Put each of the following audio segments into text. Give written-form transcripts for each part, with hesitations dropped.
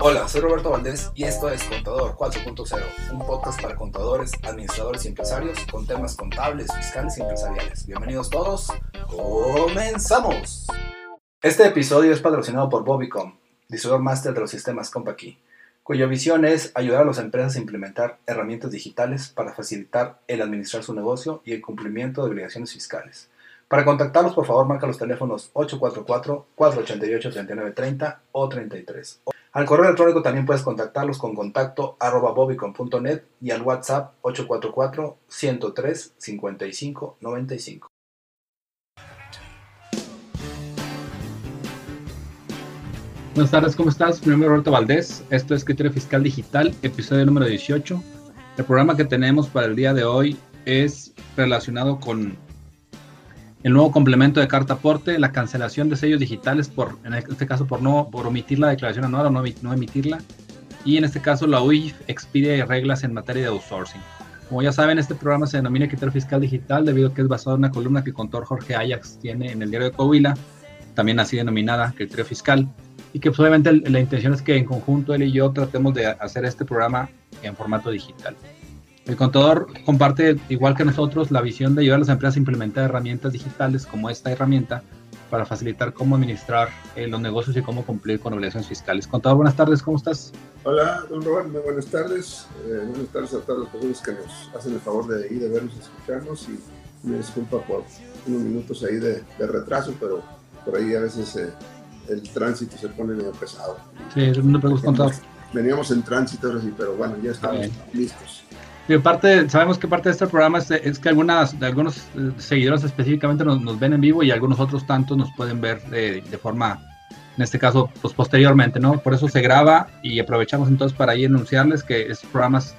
Hola, soy Roberto Valdés y esto es Contador 4.0, un podcast para contadores, administradores y empresarios con temas contables, fiscales y empresariales. Bienvenidos todos, ¡comenzamos! Este episodio es patrocinado por Bobicom, distribuidor máster de los sistemas CompaKey, cuya visión es ayudar a las empresas a implementar herramientas digitales para facilitar el administrar su negocio y el cumplimiento de obligaciones fiscales. Para contactarlos, por favor, marca los teléfonos 844-488-3930 o 33. Al correo electrónico también puedes contactarlos con contacto@bobicom.net y al WhatsApp 844-103-5595. Buenas tardes, ¿cómo estás? Mi nombre es Roberto Valdés, esto es Criterio Fiscal Digital, episodio número 18. El programa que tenemos para el día de hoy es relacionado con el nuevo complemento de carta aporte, la cancelación de sellos digitales, en este caso por omitir la declaración anual o no emitirla, y en este caso la UIF expide reglas en materia de outsourcing. Como ya saben, este programa se denomina Criterio Fiscal Digital debido a que es basado en una columna que el contador Jorge Ayax tiene en el diario de Coahuila, también así denominada Criterio Fiscal, y que pues, obviamente la intención es que en conjunto él y yo tratemos de hacer este programa en formato digital. El contador comparte, igual que nosotros, la visión de ayudar a las empresas a implementar herramientas digitales como esta herramienta para facilitar cómo administrar los negocios y cómo cumplir con obligaciones fiscales. Contador, buenas tardes, ¿cómo estás? Hola, don Robert, muy buenas tardes. Buenas tardes a todas las personas que nos hacen el favor de vernos y escucharnos. Y me disculpa por unos minutos ahí de retraso, pero por ahí a veces el tránsito se pone medio pesado. Sí, no te preocupes, contador. Veníamos en tránsito ahora sí, pero bueno, ya estamos listos. Y sabemos que parte de este programa es que algunos seguidores específicamente nos ven en vivo y algunos otros tantos nos pueden ver de forma, en este caso, pues posteriormente, ¿no? Por eso se graba y aprovechamos entonces para ahí anunciarles que estos programas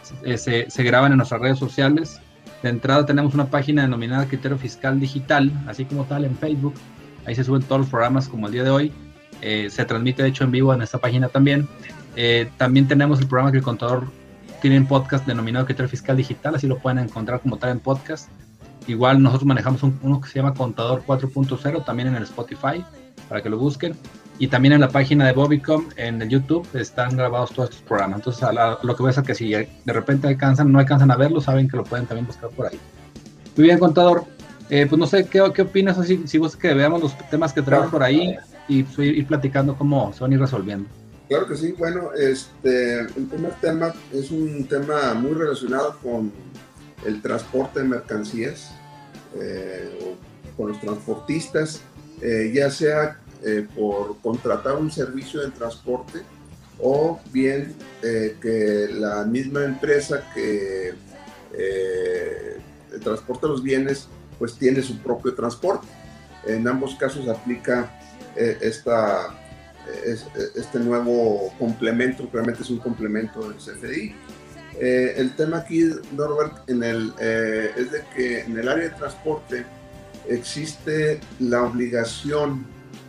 se graban en nuestras redes sociales. De entrada tenemos una página denominada Criterio Fiscal Digital, así como tal en Facebook. Ahí se suben todos los programas como el día de hoy. Se transmite de hecho en vivo en esta página también. También tenemos el programa que el contador tiene un podcast denominado Criterio Fiscal Digital, así lo pueden encontrar como tal en podcast. Igual nosotros manejamos uno que se llama Contador 4.0 también en el Spotify, para que lo busquen. Y también en la página de Bobicom, en el YouTube, están grabados todos estos programas. Entonces, lo que voy a hacer es que si de repente no alcanzan a verlo, saben que lo pueden también buscar por ahí. Muy bien, contador. Pues no sé, ¿qué opinas si vos que veamos los temas que traemos por ahí y pues, ir platicando cómo se van a ir resolviendo? Claro que sí. Bueno, el primer tema es un tema muy relacionado con el transporte de mercancías, con los transportistas, ya sea por contratar un servicio de transporte o bien que la misma empresa que transporta los bienes pues tiene su propio transporte. En ambos casos aplica este nuevo complemento, realmente es un complemento del CFDI. El tema aquí, Norbert, es de que en el área de transporte existe la obligación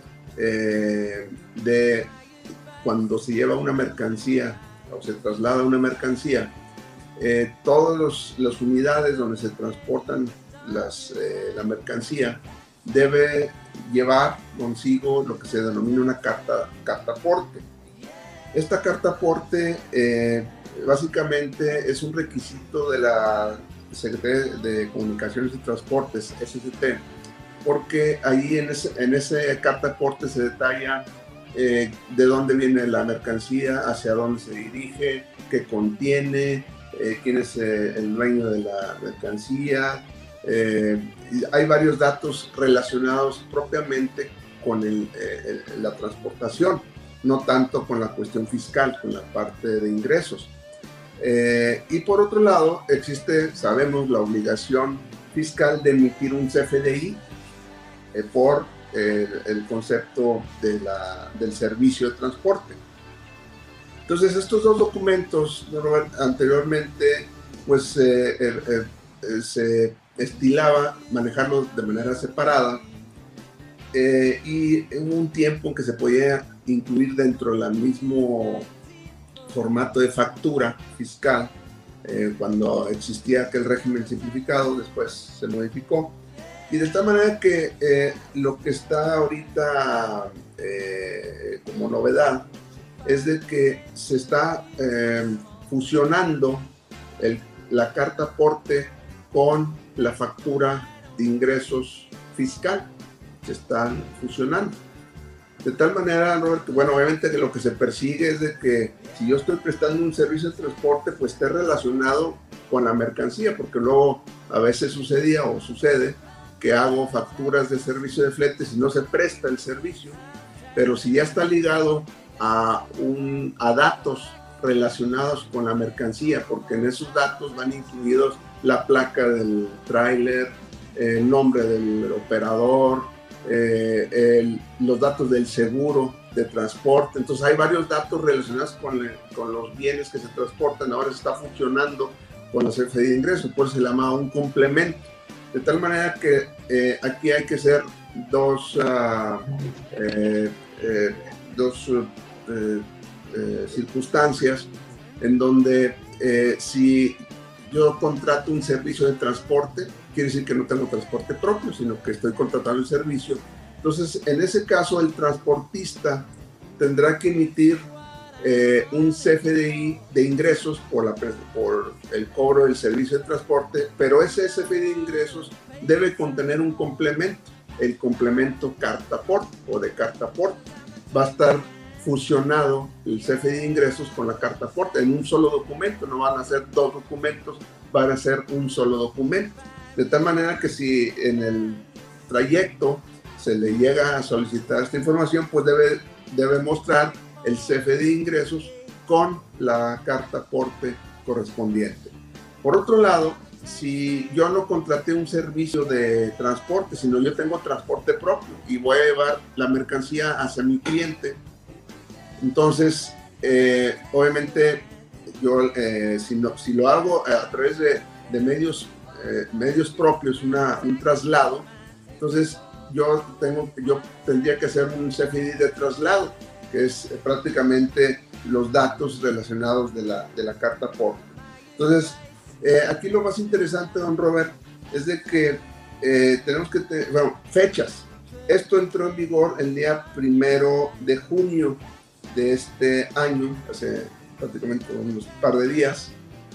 de cuando se lleva una mercancía o se traslada una mercancía, todas las unidades donde se transportan la mercancía debe llevar consigo lo que se denomina una carta aporte. Esta carta aporte básicamente es un requisito de la Secretaría de Comunicaciones y Transportes, SCT, porque ahí en ese carta aporte se detalla de dónde viene la mercancía, hacia dónde se dirige, qué contiene, quién es el dueño de la mercancía. Hay varios datos relacionados propiamente con la transportación, no tanto con la cuestión fiscal, con la parte de ingresos. Y por otro lado, sabemos, la obligación fiscal de emitir un CFDI por el concepto del servicio de transporte. Entonces, estos dos documentos, anteriormente, pues se estilaba manejarlos de manera separada y hubo un tiempo en que se podía incluir dentro del mismo formato de factura fiscal cuando existía aquel régimen simplificado. Después se modificó y de tal manera que lo que está ahorita como novedad es de que se está fusionando la carta aporte con la factura de ingresos fiscal. Se están fusionando. De tal manera, Robert, que bueno, obviamente que lo que se persigue es de que si yo estoy prestando un servicio de transporte, pues esté relacionado con la mercancía, porque luego a veces sucedía o sucede que hago facturas de servicio de fletes y no se presta el servicio, pero si ya está ligado a datos relacionados con la mercancía, porque en esos datos van incluidos la placa del tráiler, el nombre del operador, los datos del seguro de transporte. Entonces hay varios datos relacionados con los bienes que se transportan. Ahora se está funcionando con la CFDI de ingresos, por eso se llama un complemento. De tal manera que aquí hay que hacer dos circunstancias en donde si yo contrato un servicio de transporte, quiere decir que no tengo transporte propio, sino que estoy contratando el servicio. Entonces, en ese caso, el transportista tendrá que emitir un CFDI de ingresos por el cobro del servicio de transporte, pero ese CFDI de ingresos debe contener un complemento, el complemento carta aporte o de carta aporte. Va a estar fusionado el CFDI de ingresos con la carta aporte en un solo documento, no van a ser dos documentos, van a ser un solo documento. De tal manera que si en el trayecto se le llega a solicitar esta información, pues debe mostrar el CFDI de ingresos con la carta aporte correspondiente. Por otro lado, si yo no contraté un servicio de transporte, sino yo tengo transporte propio y voy a llevar la mercancía hacia mi cliente, entonces obviamente yo si lo hago a través de medios propios, un traslado, entonces yo tendría que hacer un CFDI de traslado, que es prácticamente los datos relacionados de la carta aporte. Entonces, aquí lo más interesante, don Robert, es de que tenemos que tener, fechas. Esto entró en vigor el día 1 de junio de este año, hace prácticamente unos par de días,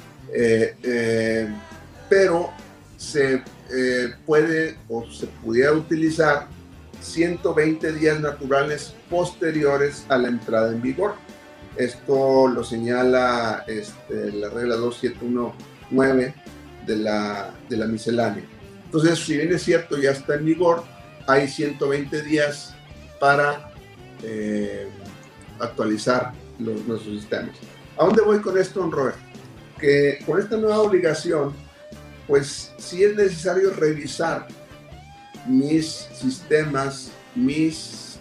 pero se puede o se pudiera utilizar 120 días naturales posteriores a la entrada en vigor. Esto lo señala la regla 2719 de la miscelánea. Entonces, si bien es cierto, ya está en vigor, hay 120 días para actualizar nuestros sistemas. ¿A dónde voy con esto, don Robert? Que con esta nueva obligación, pues sí es necesario revisar mis sistemas, mis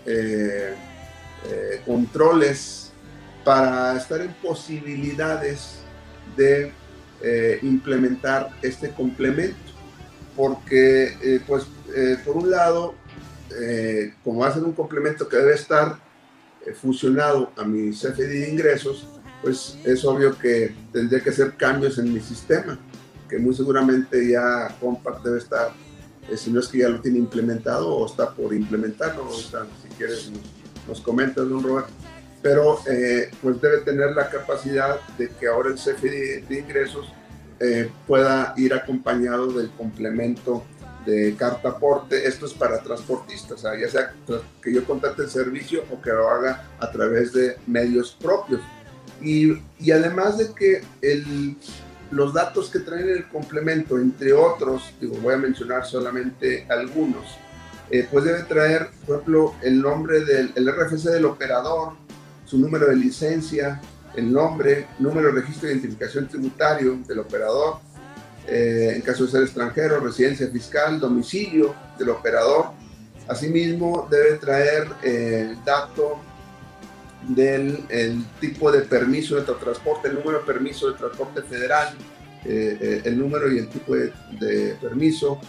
controles para estar en posibilidades de implementar este complemento, porque por un lado, como va a ser un complemento que debe estar fusionado a mi CFDI de ingresos, pues es obvio que tendría que hacer cambios en mi sistema, que muy seguramente ya Compact debe estar, si no es que ya lo tiene implementado o está por implementarlo. Ahorita, si quieres nos comentas, don Robert, pero pues debe tener la capacidad de que ahora el CFDI de ingresos pueda ir acompañado del complemento de carta aporte. Esto es para transportistas, o sea, ya sea que yo contrate el servicio o que lo haga a través de medios propios. Y además de que los datos que traen el complemento, entre otros, voy a mencionar solamente algunos, pues debe traer, por ejemplo, el nombre el RFC del operador, su número de licencia, el nombre, número de registro de identificación tributario del operador, en caso de ser extranjero, residencia fiscal, domicilio del operador. Asimismo, debe traer el dato del tipo de permiso de transporte, el número de permiso de transporte federal, el número y el tipo de permiso,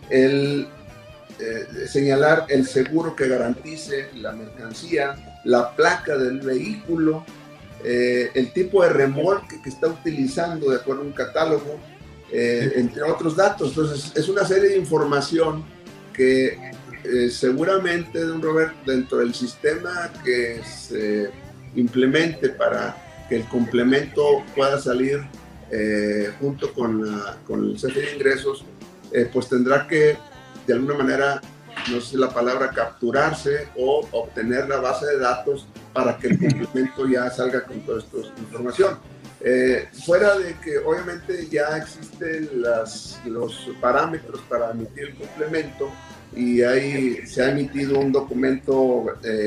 señalar el seguro que garantice la mercancía, la placa del vehículo, el tipo de remolque que está utilizando de acuerdo a un catálogo, entre otros datos. Entonces es una serie de información que seguramente, don Robert, dentro del sistema que se implemente para que el complemento pueda salir junto con el CFDI de ingresos, pues tendrá que, de alguna manera, no sé la palabra, capturarse o obtener la base de datos para que el complemento ya salga con toda esta información. Fuera de que obviamente ya existen los parámetros para emitir el complemento y se ha emitido un documento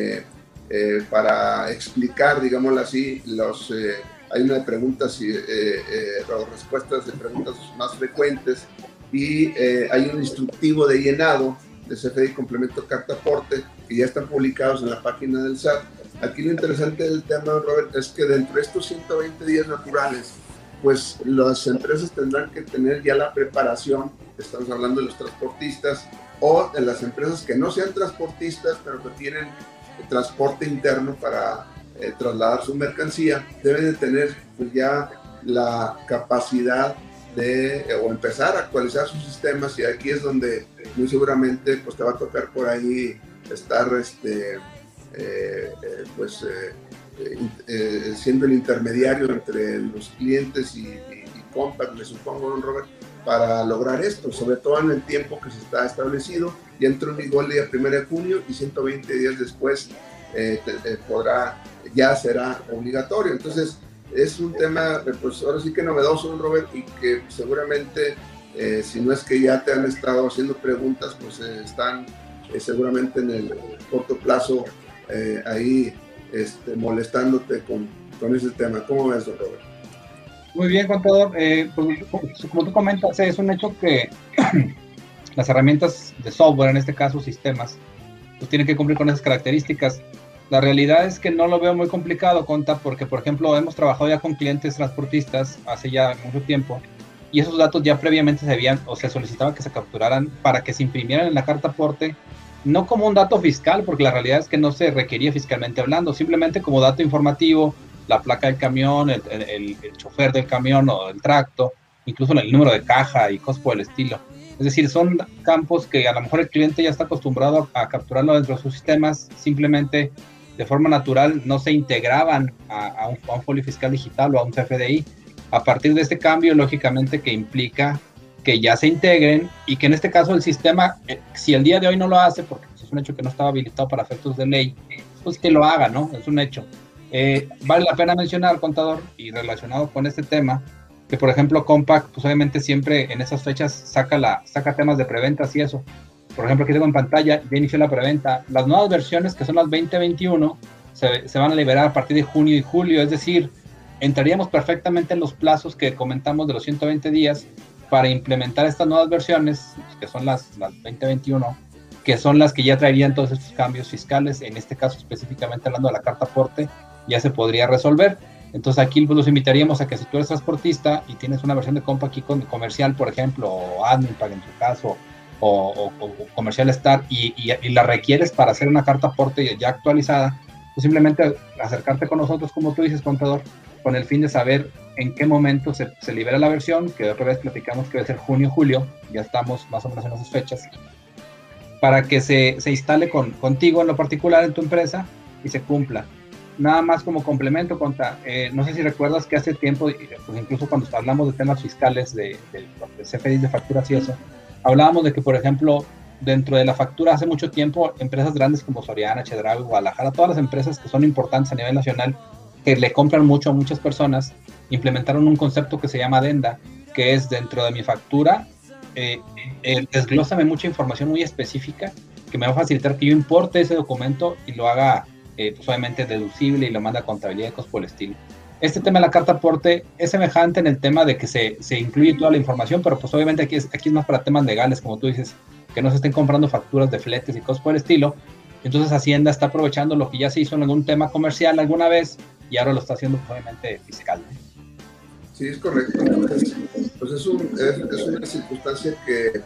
para explicar, digámoslo así, hay una de preguntas y respuestas de preguntas más frecuentes y hay un instructivo de llenado de CFDI complemento carta aporte que ya están publicados en la página del SAT. Aquí lo interesante del tema, Robert, es que dentro de estos 120 días naturales, pues las empresas tendrán que tener ya la preparación, estamos hablando de los transportistas o de las empresas que no sean transportistas, pero que tienen transporte interno para trasladar su mercancía, deben de tener pues, ya la capacidad o empezar a actualizar sus sistemas, y aquí es donde muy seguramente pues te va a tocar por ahí estar siendo el intermediario entre los clientes y Compact, me supongo, don Robert, para lograr esto, sobre todo en el tiempo que se está establecido. Ya entró en vigor el día 1 de junio y 120 días después ya será obligatorio. Entonces es un tema, pues ahora sí que novedoso, don Robert, y que seguramente, si no es que ya te han estado haciendo preguntas, pues están seguramente en el corto plazo ahí molestándote con ese tema. ¿Cómo ves, don Robert? Muy bien, contador. Pues, como tú comentas, es un hecho que las herramientas de software, en este caso sistemas, pues tienen que cumplir con esas características. La realidad es que no lo veo muy complicado, Conta, porque, por ejemplo, hemos trabajado ya con clientes transportistas hace ya mucho tiempo, y esos datos ya previamente se solicitaba que se capturaran para que se imprimieran en la carta aporte, no como un dato fiscal, porque la realidad es que no se requería fiscalmente hablando, simplemente como dato informativo, la placa del camión, el chofer del camión o del tracto, incluso el número de caja y cosas por el estilo. Es decir, son campos que a lo mejor el cliente ya está acostumbrado a capturarlo dentro de sus sistemas, simplemente de forma natural no se integraban a un folio fiscal digital o a un CFDI. A partir de este cambio, lógicamente que implica que ya se integren y que en este caso el sistema, si el día de hoy no lo hace, porque es un hecho que no estaba habilitado para efectos de ley, pues que lo haga, ¿no? Es un hecho. Vale la pena mencionar, contador, y relacionado con este tema, que por ejemplo Compact, pues obviamente siempre en esas fechas saca temas de preventas y eso. Por ejemplo, aquí tengo en pantalla, ya inició la preventa. Las nuevas versiones, que son las 2021, se van a liberar a partir de junio y julio, es decir, entraríamos perfectamente en los plazos que comentamos de los 120 días para implementar estas nuevas versiones, que son las 2021, que son las que ya traerían todos estos cambios fiscales. En este caso específicamente hablando de la carta aporte, ya se podría resolver. Entonces aquí pues, los invitaríamos a que si tú eres transportista y tienes una versión de Compact aquí comercial, por ejemplo, o AdminPack en tu caso, o Comercial Star, y la requieres para hacer una carta aporte ya actualizada, pues simplemente acercarte con nosotros, como tú dices, contador, con el fin de saber en qué momento se libera la versión, que otra vez platicamos que debe ser junio, julio, ya estamos más o menos en esas fechas, para que se instale contigo en lo particular en tu empresa y se cumpla. Nada más como complemento, Conta, no sé si recuerdas que hace tiempo, pues incluso cuando hablamos de temas fiscales de CFDIs de facturas y eso, hablábamos de que, por ejemplo, dentro de la factura hace mucho tiempo, empresas grandes como Soriana, Chedraui, Guadalajara, todas las empresas que son importantes a nivel nacional, que le compran mucho a muchas personas, implementaron un concepto que se llama adenda, que es dentro de mi factura, desglósame mucha información muy específica que me va a facilitar que yo importe ese documento y lo haga pues obviamente deducible y lo manda a contabilidad y cosas por el estilo. Este tema de la carta aporte es semejante en el tema de que se incluye toda la información, pero pues obviamente aquí es más para temas legales, como tú dices, que no se estén comprando facturas de fletes y cosas por el estilo. Entonces Hacienda está aprovechando lo que ya se hizo en algún tema comercial alguna vez y ahora lo está haciendo pues, obviamente fiscal, ¿no? Sí, es correcto. Pues es una circunstancia que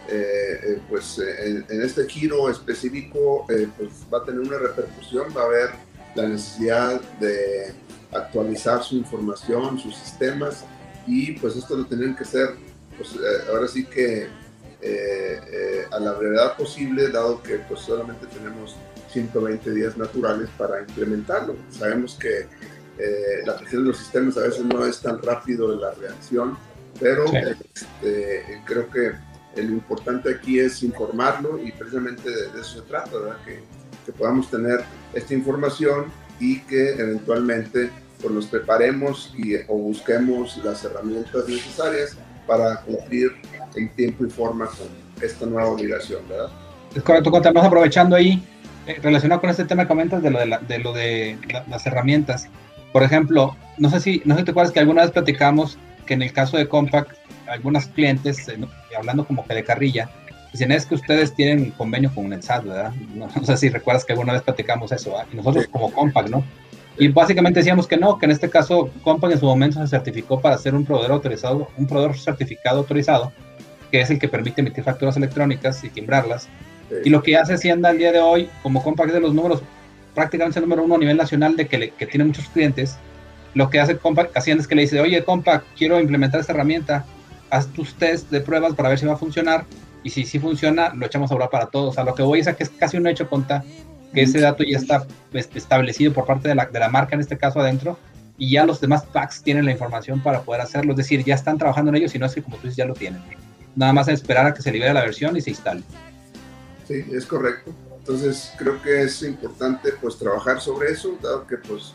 pues en este giro específico pues va a tener una repercusión, va a haber la necesidad de actualizar su información, sus sistemas, y pues esto lo tienen que hacer pues ahora sí que a la brevedad posible, dado que pues solamente tenemos 120 días naturales para implementarlo. Sabemos que la presión de los sistemas a veces no es tan rápido la reacción, pero creo que lo importante aquí es informarlo y precisamente de eso se trata, ¿verdad? Que podamos tener esta información y que eventualmente pues, nos preparemos o busquemos las herramientas necesarias para cumplir en tiempo y forma con esta nueva obligación, ¿verdad? Es correcto, estamos aprovechando ahí, relacionado con este tema que comentas de lo de las herramientas. Por ejemplo, no sé si te acuerdas que alguna vez platicamos que en el caso de Compaq, algunos clientes, hablando como que de carrilla, dicen, es que ustedes tienen un convenio con el SAT, ¿verdad? No sé si recuerdas que alguna vez platicamos eso, ¿verdad? Y nosotros como Compaq, ¿no? Y básicamente decíamos que no, que en este caso Compaq en su momento se certificó para ser un proveedor autorizado, un proveedor certificado autorizado, que es el que permite emitir facturas electrónicas y timbrarlas. Y lo que hace Hacienda al día de hoy, como Compaq es de los números, prácticamente el número uno a nivel nacional de que tiene muchos clientes, lo que hace Compaq, Hacienda es que le dice, oye Compaq, quiero implementar esta herramienta, haz tus test de pruebas para ver si va a funcionar, y si sí funciona, lo echamos a volar para todos. O sea, lo que voy es a que es casi un hecho, Conta, que ese dato ya está establecido por parte de la marca, en este caso adentro, y ya los demás packs tienen la información para poder hacerlo, es decir, ya están trabajando en ello, si no es que como tú dices, ya lo tienen. Nada más es esperar a que se libere la versión y se instale. Sí, es correcto. Entonces creo que es importante pues trabajar sobre eso, dado que pues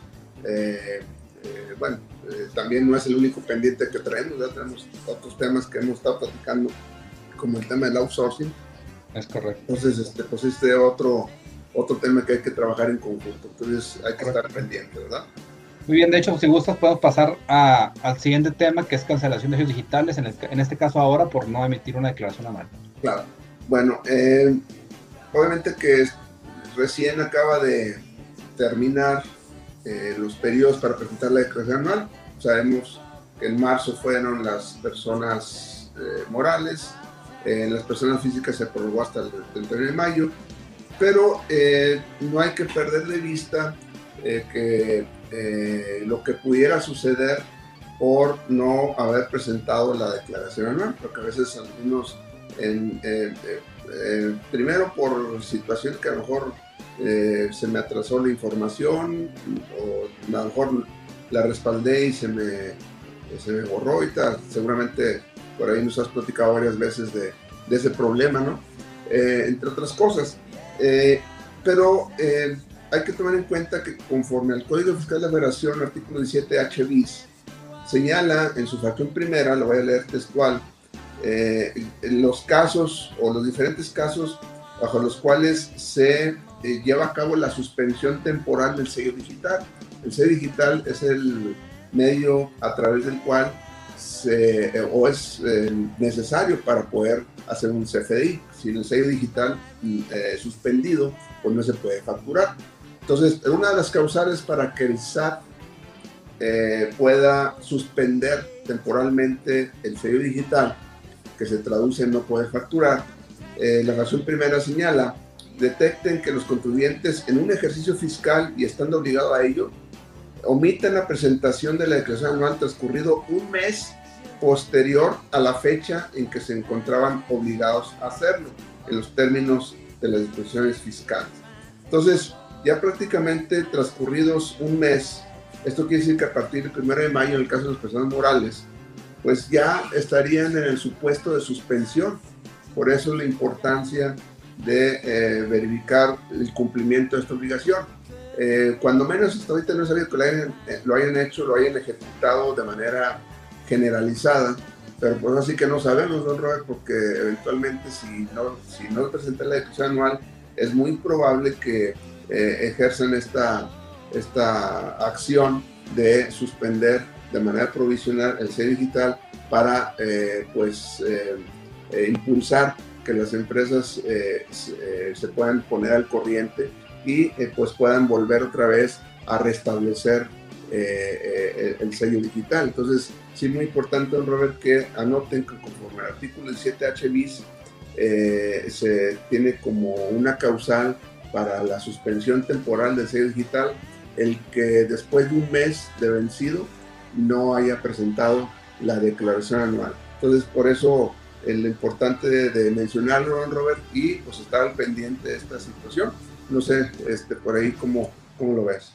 también no es el único pendiente que traemos, ya tenemos otros temas que hemos estado platicando, como el tema del outsourcing. Es correcto. Entonces pues otro tema que hay que trabajar en conjunto, entonces hay que estar pendiente, ¿verdad? Muy bien, de hecho, si gustas podemos pasar al siguiente tema, que es cancelación de sellos digitales, en este caso ahora por no emitir una declaración anual. Claro, bueno, obviamente que recién acaba de terminar los periodos para presentar la declaración anual. Sabemos que en marzo fueron las personas morales, las personas físicas se prorrogó hasta el 31 de mayo, pero no hay que perder de vista que lo que pudiera suceder por no haber presentado la declaración anual, porque a veces algunos, primero por situaciones que a lo mejor se me atrasó la información, o a lo mejor la respaldé y se me borró, y tal. Seguramente por ahí nos has platicado varias veces de ese problema, ¿no? Entre otras cosas. Pero hay que tomar en cuenta que conforme al Código Fiscal de la Federación, artículo 17H bis, señala en su fracción primera, lo voy a leer textual, los casos o los diferentes casos bajo los cuales se lleva a cabo la suspensión temporal del sello digital. El sello digital es el medio a través del cual es necesario para poder hacer un CFDI. Sin el sello digital suspendido, pues no se puede facturar. Entonces, una de las causales para que el SAT pueda suspender temporalmente el sello digital, que se traduce en no poder facturar, la razón primera señala: detecten que los contribuyentes en un ejercicio fiscal y estando obligados a ello, omitan la presentación de la declaración anual transcurrido un mes posterior a la fecha en que se encontraban obligados a hacerlo, en los términos de las disposiciones fiscales. Entonces, ya prácticamente transcurridos un mes, esto quiere decir que a partir del 1 de mayo, en el caso de las personas morales, pues ya estarían en el supuesto de suspensión. Por eso la importancia de verificar el cumplimiento de esta obligación. Cuando menos hasta ahorita no he sabido que lo hayan hecho, lo hayan ejecutado de manera generalizada, pero pues así que no sabemos, don Robert, porque eventualmente si no presentan la declaración anual, es muy probable que ejerzan esta acción de suspender de manera provisional el sello digital para impulsar que las empresas se puedan poner al corriente y pues puedan volver otra vez a restablecer el sello digital. Entonces, sí es muy importante, don Robert, que anoten que conforme al artículo 17H bis se tiene como una causal para la suspensión temporal del sello digital el que después de un mes de vencido no haya presentado la declaración anual. Entonces, por eso lo importante de mencionarlo, don Robert, y pues estar al pendiente de esta situación. No sé, por ahí, ¿cómo lo ves?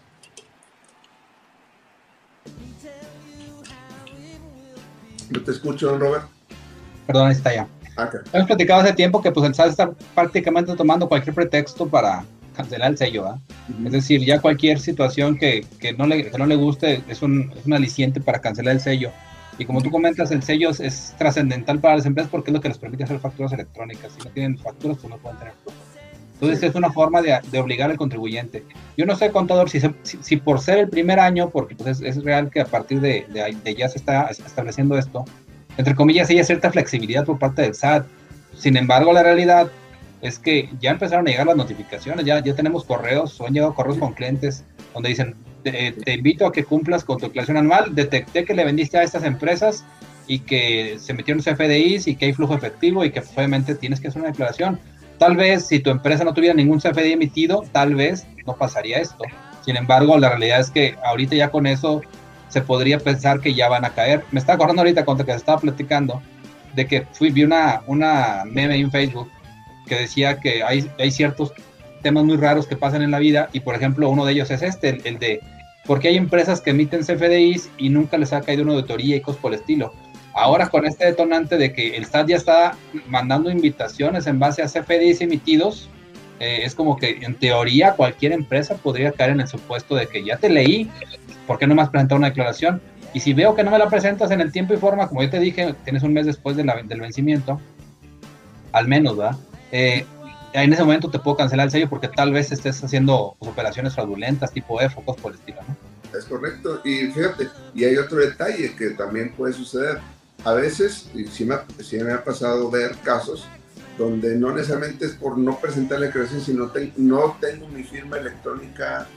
No te escucho, don Robert. Perdón, ahí está ya. Okay. Hemos platicado hace tiempo que pues el SAT está prácticamente tomando cualquier pretexto para cancelar el sello, ¿eh? Es decir, ya cualquier situación que no le guste es un aliciente para cancelar el sello. Y como tú comentas, el sello es trascendental para las empresas porque es lo que les permite hacer facturas electrónicas. Si no tienen facturas, pues no pueden tener flujo. Entonces es una forma de obligar al contribuyente. Yo no sé, contador, si por ser el primer año, porque pues es real que a partir de ya se está estableciendo esto, entre comillas, hay cierta flexibilidad por parte del SAT. Sin embargo, la realidad es que ya empezaron a llegar las notificaciones, ya tenemos correos, o han llegado correos con clientes donde dicen, te invito a que cumplas con tu declaración anual, detecté que le vendiste a estas empresas y que se metieron CFDIs y que hay flujo efectivo y que obviamente tienes que hacer una declaración. Tal vez si tu empresa no tuviera ningún CFDI emitido, tal vez no pasaría esto. Sin embargo, la realidad es que ahorita ya con eso se podría pensar que ya van a caer. Me estaba acordando ahorita cuando que estaba platicando de que vi una meme en Facebook que decía que hay ciertos temas muy raros que pasan en la vida y por ejemplo uno de ellos es el de por qué hay empresas que emiten CFDIs y nunca les ha caído una auditoría y cosas por el estilo. Ahora con este detonante de que el SAT ya está mandando invitaciones en base a CFDIs emitidos, es como que en teoría cualquier empresa podría caer en el supuesto de que ya te leí, ¿por qué no me has presentado una declaración? Y si veo que no me la presentas en el tiempo y forma, como yo te dije, tienes un mes después del vencimiento, al menos, ¿verdad? En ese momento te puedo cancelar el sello porque tal vez estés haciendo pues, operaciones fraudulentas tipo F o cosas por el estilo, ¿no? Es correcto. Y fíjate, y hay otro detalle que también puede suceder. A veces, y sí me ha pasado ver casos donde no necesariamente es por no presentar la declaración, sino no tengo mi firma electrónica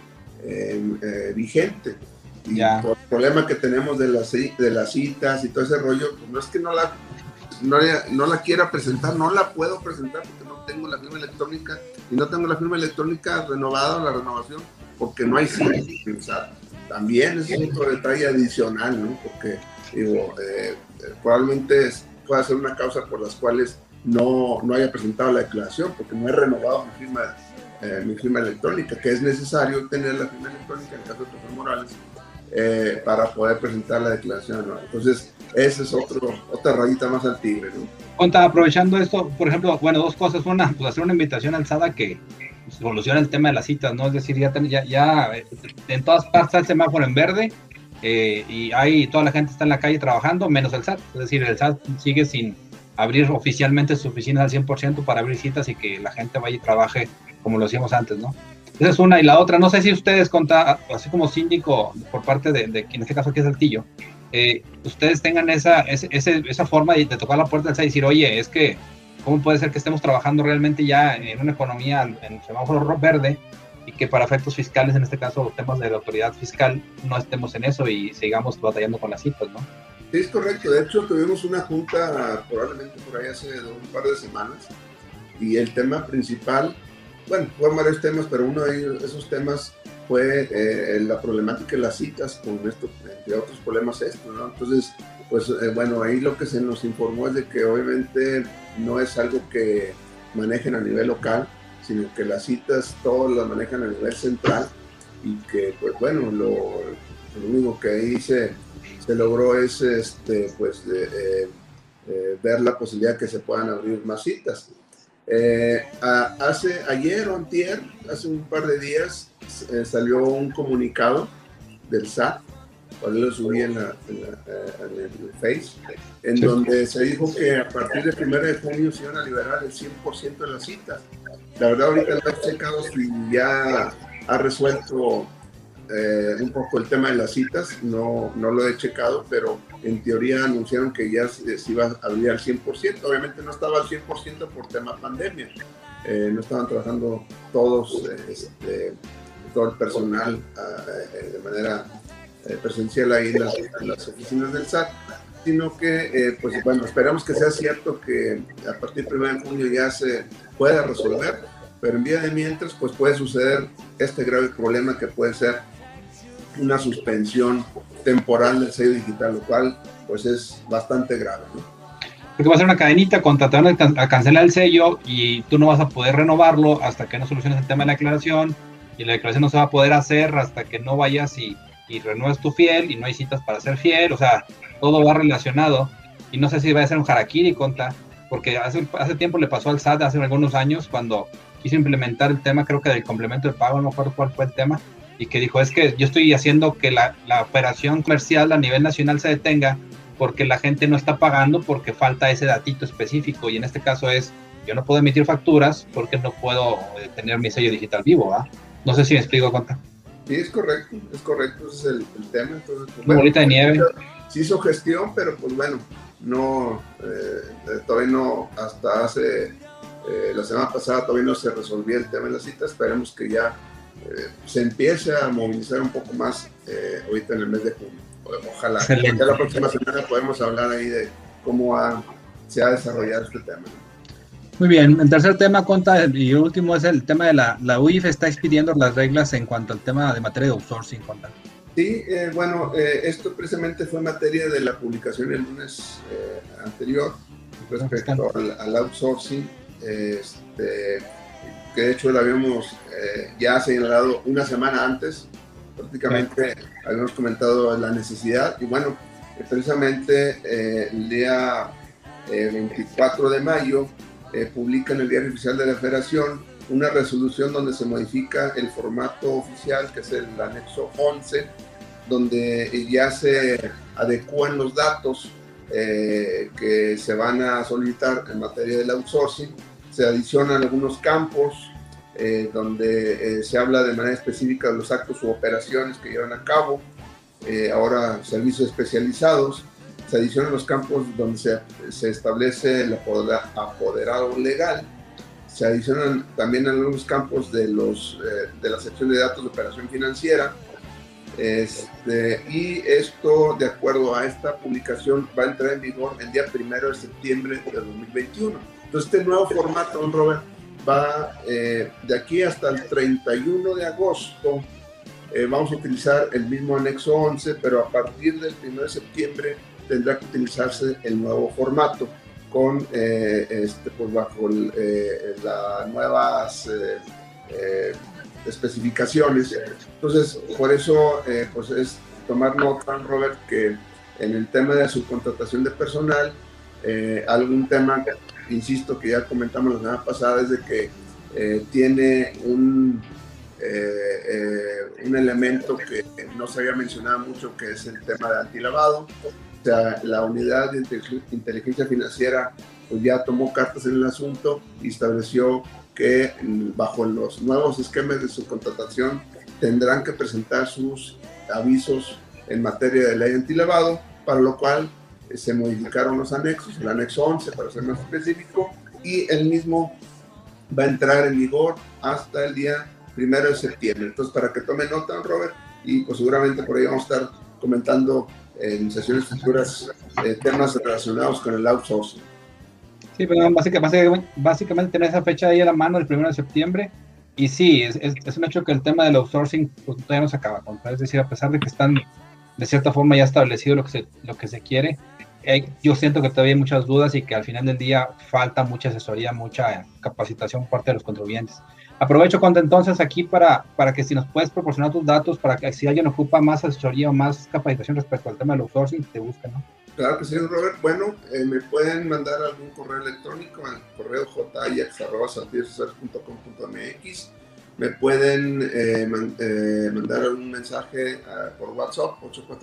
vigente. Y por el problema que tenemos de las citas y todo ese rollo, pues no es que no la quiera presentar, no la puedo presentar porque no tengo la firma electrónica y no tengo la firma electrónica renovada o la renovación porque no hay cita. También es otro detalle adicional, ¿no? Porque digo, probablemente pueda ser una causa por las cuales no haya presentado la declaración porque no he renovado mi firma electrónica, que es necesario tener la firma electrónica en el caso de José Morales para poder presentar la declaración, ¿no? Entonces, esa es otra rayita más al tigre, ¿no? Conta, aprovechando esto, por ejemplo, bueno, dos cosas. Una, pues hacer una invitación al SAT a que solucione el tema de las citas, ¿no? Es decir, ya en todas partes está el semáforo en verde y toda la gente está en la calle trabajando, menos el SAT. Es decir, el SAT sigue sin abrir oficialmente sus oficinas al 100% para abrir citas y que la gente vaya y trabaje como lo hacíamos antes, ¿no? Esa es una. Y la otra, no sé si ustedes, Conta, así como síndico por parte de en este caso aquí es Saltillo, ustedes tengan esa forma de tocar la puerta del SAT y decir, oye, es que ¿cómo puede ser que estemos trabajando realmente ya en una economía en semáforo verde y que para efectos fiscales, en este caso temas de la autoridad fiscal, no estemos en eso y sigamos batallando con las citas, ¿no? Sí, es correcto. De hecho, tuvimos una junta probablemente por ahí hace un par de semanas y el tema principal, bueno, fueron varios temas, pero uno de esos temas fue la problemática de las citas con esto, entre otros problemas ¿no? Entonces, pues bueno, ahí lo que se nos informó es de que obviamente no es algo que manejen a nivel local, sino que las citas todas las manejan a nivel central y que pues bueno, lo único que ahí se logró es ver la posibilidad que se puedan abrir más citas. Ayer o antier, hace un par de días, salió un comunicado del SAT, cual lo subí en el Face, en donde se dijo que a partir del 1 de junio se iban a liberar el 100% de las citas. La verdad ahorita no he checado si ya ha resuelto un poco el tema de las citas, no lo he checado, pero en teoría anunciaron que ya se iba a abrir al 100%. Obviamente no estaba al 100% por tema pandemia, no estaban trabajando todos, todo el personal de manera presencial ahí en las oficinas del SAT, sino que, pues bueno, esperamos que sea cierto que a partir del 1 de junio ya se pueda resolver, pero en vía de mientras, pues puede suceder este grave problema que puede ser una suspensión temporal del sello digital, lo cual pues es bastante grave, ¿no? Porque va a ser una cadenita, te van a cancelar el sello y tú no vas a poder renovarlo hasta que no soluciones el tema de la declaración, y la declaración no se va a poder hacer hasta que no vayas y renueves tu fiel, y no hay citas para ser fiel. O sea, todo va relacionado, y no sé si va a ser un harakiri, conta, porque hace tiempo le pasó al SAT, hace algunos años, cuando quiso implementar el tema, creo que del complemento de pago, no me acuerdo cuál fue el tema, y que dijo, es que yo estoy haciendo que la operación comercial a nivel nacional se detenga, porque la gente no está pagando porque falta ese datito específico, y en este caso es, yo no puedo emitir facturas porque no puedo tener mi sello digital vivo, ¿va? No sé si me explico, Conta. Sí, es correcto, ese es el tema. Entonces, pues, Una bolita de nieve. Se hizo gestión, pero pues bueno, no, todavía no, hasta hace, la semana pasada todavía no se resolvía el tema de las citas. Esperemos que ya se empiece a movilizar un poco más ahorita en el mes de junio. Ojalá. Ya la próxima semana podemos hablar ahí de cómo se ha desarrollado este tema. Muy bien, el tercer tema, Conta, y el último es el tema de la UIF está expidiendo las reglas en cuanto al tema de materia de outsourcing, Conta. Sí, bueno, esto precisamente fue materia de la publicación el lunes anterior respecto al outsourcing, que de hecho lo habíamos ya señalado una semana antes. Prácticamente habíamos comentado la necesidad, y bueno, precisamente el día 24 de mayo publica en el Diario Oficial de la Federación una resolución donde se modifica el formato oficial, que es el anexo 11, donde ya se adecúan los datos que se van a solicitar en materia del outsourcing. Se adicionan algunos campos donde se habla de manera específica de los actos u operaciones que llevan a cabo, ahora servicios especializados. Se adicionan los campos donde se establece el apoderado legal. Se adicionan también algunos campos de la sección de datos de operación financiera. Y esto, de acuerdo a esta publicación, va a entrar en vigor el día 1 de septiembre de 2021. Entonces, este nuevo formato, don Robert, va de aquí hasta el 31 de agosto. Vamos a utilizar el mismo anexo 11, pero a partir del 1 de septiembre tendrá que utilizarse el nuevo formato con, pues bajo las nuevas especificaciones. Entonces, por eso, pues es tomar nota, Robert, que en el tema de subcontratación de personal, algún tema, insisto, que ya comentamos la semana pasada, es de que tiene un elemento que no se había mencionado mucho, que es el tema de antilavado. O sea, la unidad de inteligencia financiera pues ya tomó cartas en el asunto y estableció que bajo los nuevos esquemas de subcontratación tendrán que presentar sus avisos en materia de ley antilavado, para lo cual se modificaron los anexos, el anexo 11 para ser más específico, y el mismo va a entrar en vigor hasta el día 1 de septiembre. Entonces, para que tome nota, Robert, y pues seguramente por ahí vamos a estar comentando en sesiones futuras temas relacionados con el outsourcing. Sí, pero básicamente tener esa fecha ahí a la mano, el 1 de septiembre, y sí, es un hecho que el tema del outsourcing pues, todavía no se acaba, es decir, a pesar de que están de cierta forma ya establecido lo que se quiere, yo siento que todavía hay muchas dudas y que al final del día falta mucha asesoría, mucha capacitación por parte de los contribuyentes. Aprovecho, Conta, entonces aquí para que si nos puedes proporcionar tus datos para que si alguien ocupa más asesoría o más capacitación respecto al tema del outsourcing, te busquen, ¿no? Claro que sí, Robert. Bueno, me pueden mandar algún correo electrónico al correo jayax@saltilloasesores.com.mx. Me pueden mandar un mensaje por WhatsApp,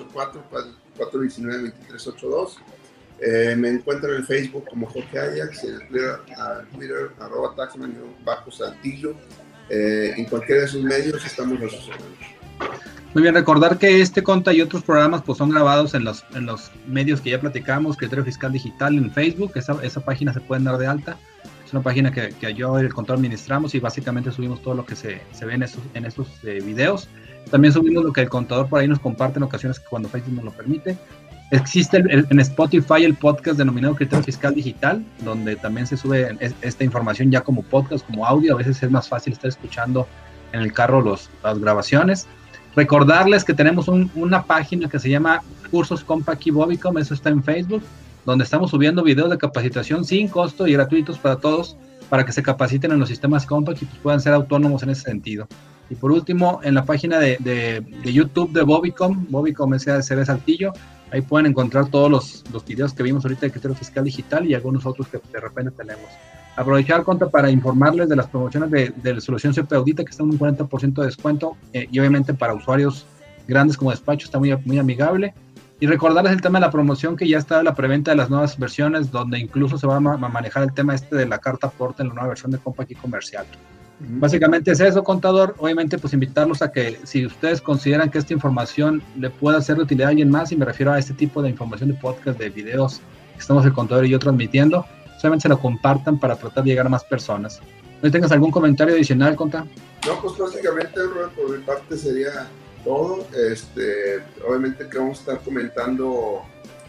844-419-2382. Me encuentro en el Facebook como Jorge Ajax, en el Twitter @taxman_saltillo. En cualquiera de sus medios estamos a sus órdenes. Muy bien, recordar que este, Conta, y otros programas pues son grabados en los medios que ya platicamos, Criterio Fiscal Digital en Facebook. Esa página se pueden dar de alta. Es una página que yo y el contador administramos y básicamente subimos todo lo que se ve en esos videos. También subimos lo que el contador por ahí nos comparte en ocasiones cuando Facebook nos lo permite. Existe en Spotify el podcast denominado Criterio Fiscal Digital, donde también se sube esta información ya como podcast, como audio. A veces es más fácil estar escuchando en el carro las grabaciones. Recordarles que tenemos una página que se llama Cursos Compa Kibobicom, eso está en Facebook, donde estamos subiendo videos de capacitación sin costo y gratuitos para todos, para que se capaciten en los sistemas Compact y pues puedan ser autónomos en ese sentido. Y por último, en la página de YouTube de Bobicom S.A.C.B. Saltillo, ahí pueden encontrar todos los videos que vimos ahorita de criterio fiscal digital y algunos otros que de repente tenemos. Aprovechar, Conta, para informarles de las promociones de la solución CP Audita, que están en un 40% de descuento, y obviamente para usuarios grandes como despacho está muy, muy amigable. Y recordarles el tema de la promoción, que ya está la preventa de las nuevas versiones, donde incluso se va a manejar el tema de la carta aporte en la nueva versión de Compact y Comercial. Básicamente es eso, contador. Obviamente, pues invitarlos a que si ustedes consideran que esta información le pueda ser de utilidad a alguien más, y me refiero a este tipo de información de podcast, de videos que estamos el contador y yo transmitiendo, solamente se lo compartan para tratar de llegar a más personas. ¿No tengas algún comentario adicional, Conta? No, pues básicamente, Robert, por mi parte sería todo. Obviamente que vamos a estar comentando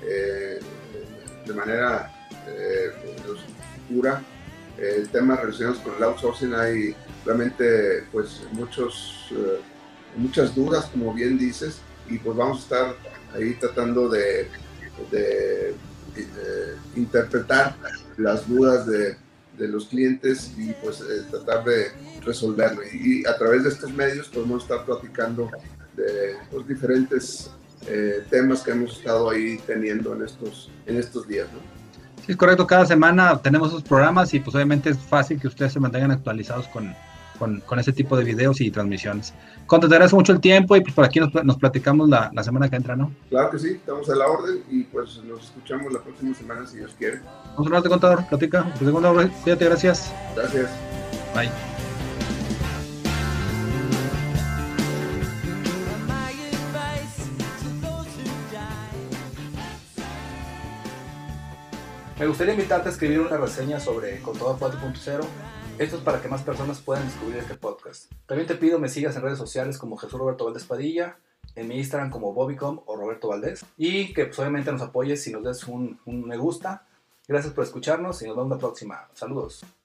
de manera futura temas relacionados con el outsourcing. Hay realmente pues muchas dudas, como bien dices, y pues vamos a estar ahí tratando de interpretar las dudas de los clientes y pues tratar de resolverlo. Y a través de estos medios pues vamos a estar platicando de los diferentes temas que hemos estado ahí teniendo en estos días, ¿no? Sí, es correcto. Cada semana tenemos esos programas y pues obviamente es fácil que ustedes se mantengan actualizados con ese tipo de videos y transmisiones. Conta, te agradezco mucho el tiempo y pues por aquí nos platicamos la semana que entra, ¿no? Claro que sí, estamos a la orden y pues nos escuchamos la próxima semana si Dios quiere. Vamos a hablar de contador, platica. Cuídate, gracias. Gracias. Bye. Me gustaría invitarte a escribir una reseña sobre Contador 4.0. Esto es para que más personas puedan descubrir este podcast. También te pido me sigas en redes sociales como Jesús Roberto Valdés Padilla, en mi Instagram como Bobicom o Roberto Valdés, y que pues, obviamente nos apoyes si nos des un me gusta. Gracias por escucharnos y nos vemos la próxima. Saludos.